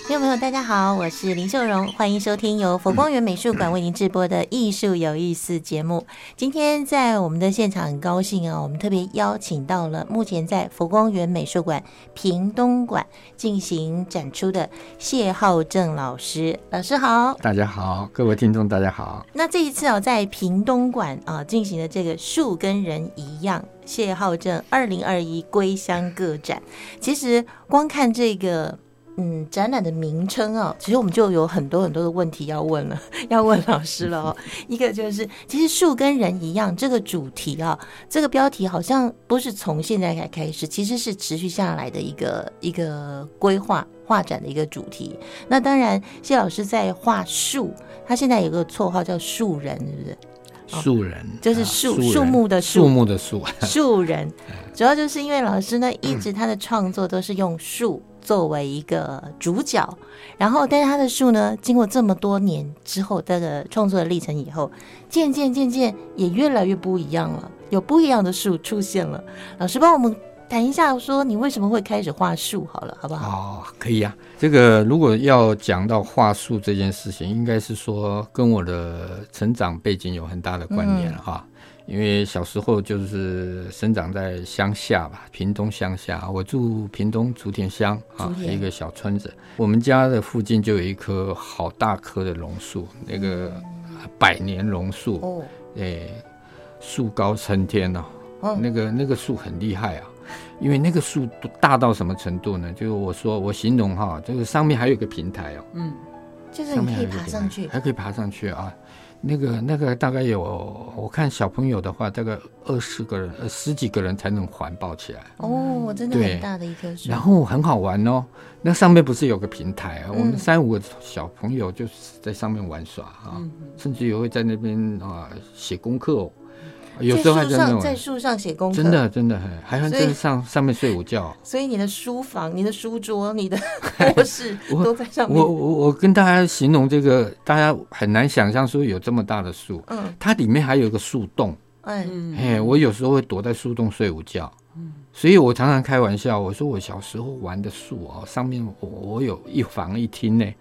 听众朋友大家好，我是林秀荣，欢迎收听由佛光园美术馆为您直播的艺术有意思节目。今天在我们的现场很高兴啊，我们特别邀请到了目前在佛光园美术馆屏东馆进行展出的谢浩正老师。老师好。 大家好，各位听众大家好。 那这一次在屏东馆进行的这个树跟人一样谢浩正2021归乡个展，其实光看这个展览的名称其实我们就有很多的问题要问了，要问老师了一个就是，其实树跟人一样这个主题这个标题好像不是从现在才开始，其实是持续下来的一个规划画展的一个主题。那当然，谢老师在画树，他现在有个绰号叫树人，是不是？ 树人就是树木的树， 树木的树， 树人。主要就是因为老师呢，一直他的创作都是用树作为一个主角，然后但是他的树呢，经过这么多年之后，这个创作的历程以后，渐渐也越来越不一样了，有不一样的树出现了。老师帮我们谈一下，说你为什么会开始画树好了，好不好？ 可以啊。这个如果要讲到画树这件事情，应该是说跟我的成长背景有很大的关联哈。因为小时候就是生长在乡下吧，屏东乡下，我住屏东竹田乡一个小村子。我们家的附近就有一棵好大棵的榕树，那个100年榕树，树高参天那个树很厉害因为那个树大到什么程度呢？就是我形容这个上面还有一个平台就是你可以爬上去， 还可以爬上去那个大概有，我看小朋友的话，大概20个人，10几个人才能环抱起来。 真的很大的一棵树。 然后很好玩那上面不是有个平台我们3、5个小朋友就是在上面玩耍甚至也会在那边写功课有时候还在树上写功课， 真的还在上面睡午觉。 所以你的书房、你的书桌、你的卧室都在上面。 我跟大家形容这个，大家很难想象说有这么大的树，它里面还有一个树洞。我有时候会躲在树洞睡午觉。所以我常常开玩笑，我说我小时候玩的树上面我有1房1厅呢，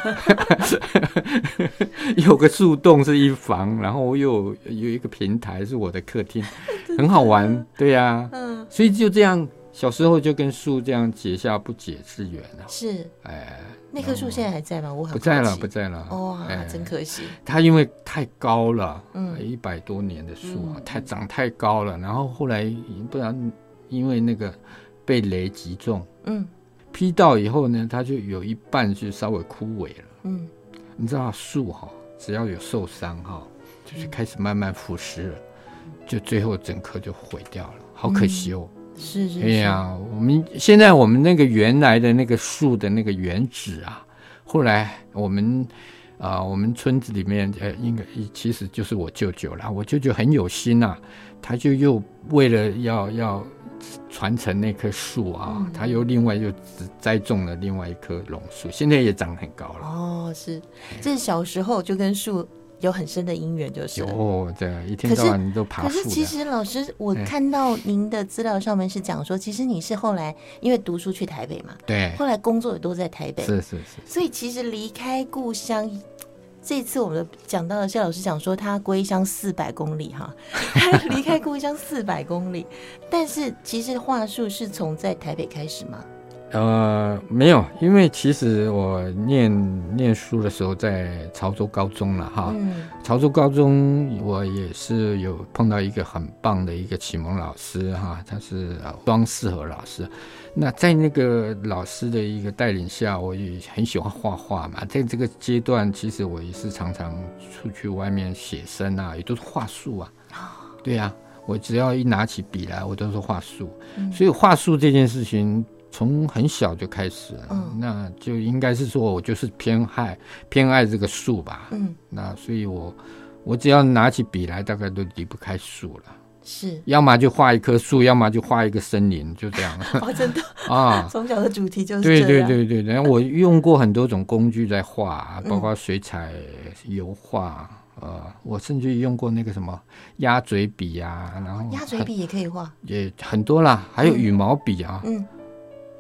有个树洞是1房，然后我有一个平台是我的客厅，很好玩，对呀，所以就这样，小时候就跟树这样结下不解之缘了。 是，那棵树现在还在吗？我很不在了。 哇，真可惜。 它因为太高了，100多年的树长太高了，然后后来不然。因为那个被雷击中，劈到以后呢，它就有一半就稍微枯萎了。你知道树只要有受伤就是开始慢慢腐蚀了，就最后整棵就毁掉了，好可惜是。 哎呀，现在我们那个原来的那个树的那个原址后来我们村子里面应该其实就是我舅舅啦，我舅舅很有心他就又为了要传承那棵树他又另外又栽种了另外一棵榕树，现在也长很高了。 是，这是小时候就跟树有很深的姻缘，就是对，一天到晚都爬树。 可是其实老师，我看到您的资料上面是讲说，其实你是后来因为读书去台北嘛， 对， 后来工作也都在台北， 是， 所以其实离开故乡。这次我们讲到了谢老师讲说他归乡400公里他离开故乡400公里，但是其实画树是从在台北开始吗？ 没有，因为其实我念书的时候在潮州高中了潮州高中我也是有碰到一个很棒的一个启蒙老师他是庄世和老师。那在那个老师的一个带领下，我也很喜欢画画嘛。在这个阶段，其实我也是常常出去外面写生也都是画树对啊，我只要一拿起笔来，我都是画树。所以画树这件事情从很小就开始了，那就应该是说我就是偏爱这个树吧。那所以我只要拿起笔来，大概都离不开树了。 是， 要么就画一棵树，要么就画一个森林，就这样。 真的从小的主题就是这样。 对。然后我用过很多种工具在画，包括水彩、油画，我甚至用过那个什么鸭嘴笔然后鸭嘴笔也可以画， 也很多啦，还有羽毛笔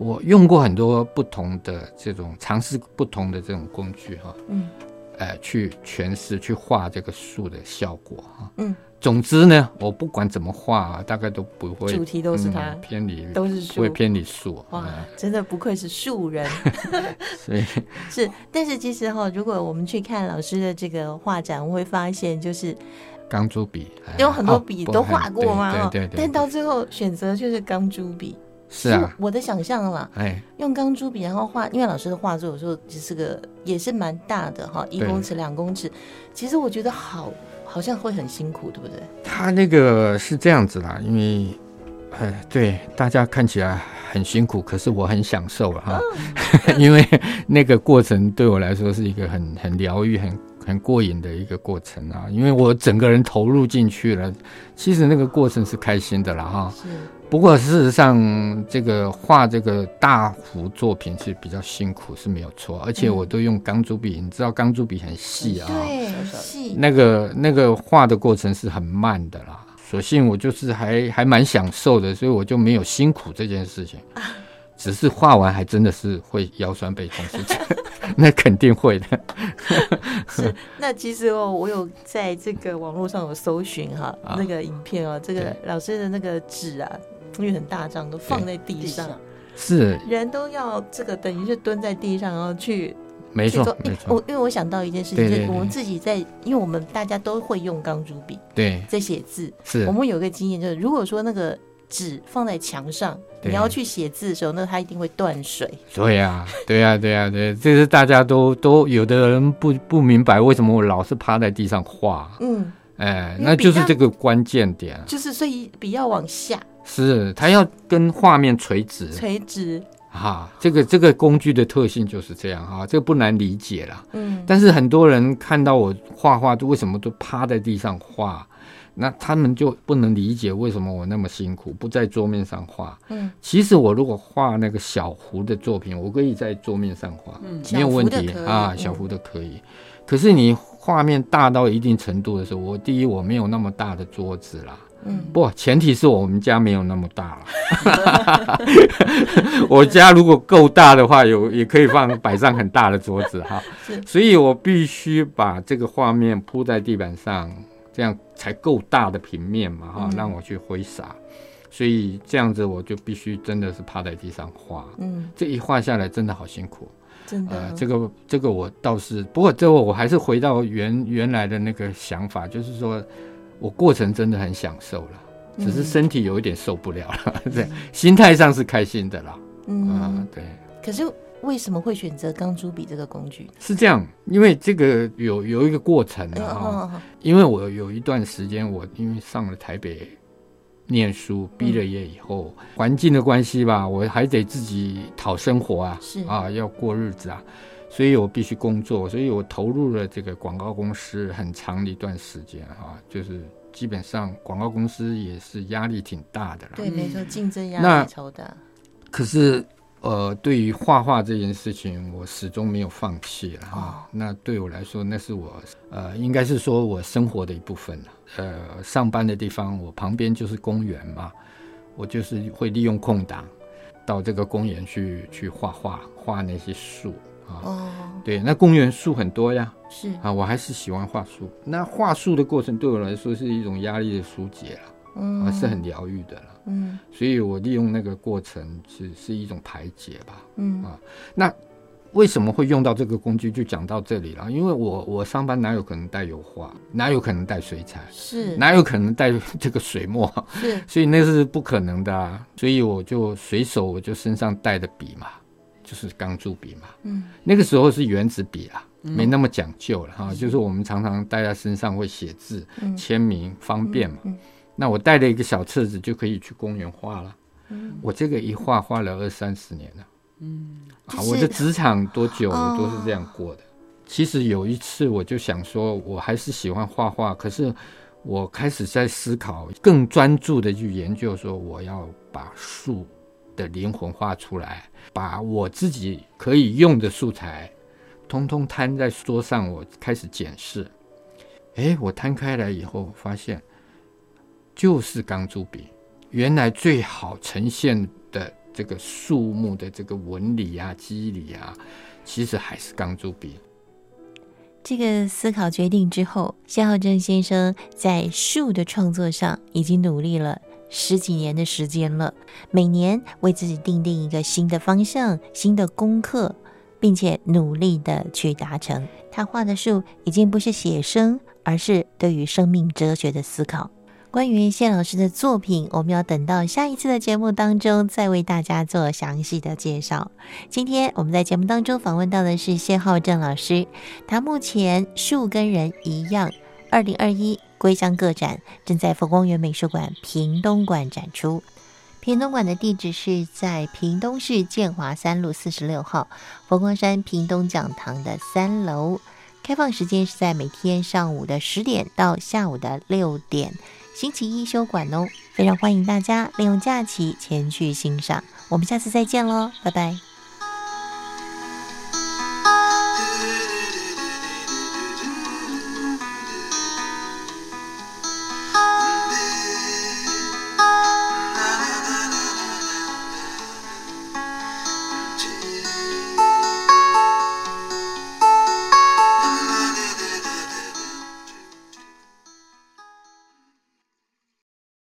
我用过很多不同的这种尝试不同的这种工具哈，去诠释去画这个树的效果哈，总之呢，我不管怎么画，大概都不会主题都是它， 偏离， 都是树， 不会偏离树。 哇，真的不愧是树人。 所以是，但是其实如果我们去看老师的这个画展，我会发现就是钢珠笔， 有很多笔都画过嘛， 对， 但到最后选择就是钢珠笔。 是啊， 我的想象啦，用钢珠笔然后画，因为老师的画作有时候也是蛮大的哈，1公尺2公尺，其实我觉得好像会很辛苦，对不对？ 他那个是这样子啦，因为对大家看起来很辛苦，可是我很享受了哈，因为那个过程对我来说是一个很疗愈、很过瘾的一个过程啊，因为我整个人投入进去了，其实那个过程是开心的啦哈。是。不过事实上，这个画这个大幅作品是比较辛苦，是没有错。而且我都用钢珠笔，你知道钢珠笔很细啊， 对，细。 那个画的过程是很慢的啦。所幸我就是还蛮享受的，所以我就没有辛苦这件事情。只是画完还真的是会腰酸背痛，是那肯定会的。 是，那其实我有在这个网络上有搜寻那个影片这个老师的那个纸啊，因为很大张，都放在地上，是人都要这个等于是蹲在地上，然后去。 没错，没错。 因为我想到一件事情，就是我们自己因为我们大家都会用钢珠笔， 对， 在写字。 是， 我们有一个经验，就是如果说那个纸放在墙上，你要去写字的时候，那它一定会断水。 对呀，对，这是大家都有的人不明白为什么我老是趴在地上画。那就是这个关键点， 就是所以笔要往下， 是它要跟画面垂直。这个工具的特性就是这样哈，这个不难理解啦。但是很多人看到我画画，为什么都趴在地上画？那他们就不能理解为什么我那么辛苦，不在桌面上画。其实我如果画那个小幅的作品，我可以在桌面上画，没有问题啊，小幅的可以。可是你画面大到一定程度的时候，第一我没有那么大的桌子啦。不，前提是我们家没有那么大了。我家如果够大的话，也可以摆上很大的桌子哈。所以我必须把这个画面铺在地板上，这样才够大的平面嘛哈，让我去挥洒。所以这样子我就必须真的是趴在地上画。这一画下来真的好辛苦。 真的， 这个我倒是，不过我还是回到原来的那个想法，就是说。我过程真的很享受了，只是身体有一点受不了了，对，心态上是开心的啦。对。 可是为什么会选择钢珠笔这个工具？ 是这样，因为这个有一个过程因为我有一段时间，我因为上了台北念书，毕了业以后，环境的关系吧，我还得自己讨生活啊，要过日子啊。所以我必须工作，所以我投入了这个广告公司很长的一段时间就是基本上广告公司也是压力挺大的啦。 对，没错，竞争压力超大。 可是对于画画这件事情，我始终没有放弃了那对我来说，那是我应该是说我生活的一部分了。上班的地方，我旁边就是公园嘛，我就是会利用空档到这个公园去画那些树。对，那公园树很多呀，是我还是喜欢画树。那画树的过程对我来说是一种压力的疏解了，是很疗愈的了。所以我利用那个过程是一种排解吧。那为什么会用到这个工具？就讲到这里了。因为我上班哪有可能带油画，哪有可能带水彩，是哪有可能带这个水墨，是，所以那是不可能的所以我就随手我就身上带的笔嘛。就是钢珠笔嘛，那个时候是原子笔啦，没那么讲究了就是我们常常带在身上会写字、签名方便嘛。那我带了一个小册子就可以去公园画了。我这个一画了20-30年了。我的职场多久我都是这样过的。其实有一次我就想说，我还是喜欢画画，可是我开始在思考，更专注的去研究说，我要把树的灵魂画出来，把我自己可以用的素材通通摊在桌上，我开始检视。我摊开来以后发现就是钢珠笔原来最好呈现的这个树木的这个纹理啊、肌理啊，其实还是钢珠笔。 这个思考决定之后，谢浩正先生在树的创作上已经努力了10几年的时间了，每年为自己定一个新的方向、新的功课，并且努力的去达成。他画的树已经不是写生，而是对于生命哲学的思考。关于谢老师的作品，我们要等到下一次的节目当中再为大家做详细的介绍。今天我们在节目当中访问到的是谢浩正老师，他目前树跟人一样2021归乡个展正在佛光园美术馆屏东馆展出。屏东馆的地址是在屏东市建华3路46号佛光山屏东讲堂的3楼，开放时间是在每天上午的10点到下午的6点，星期一休馆哦，非常欢迎大家利用假期前去欣赏。我们下次再见喽，拜拜。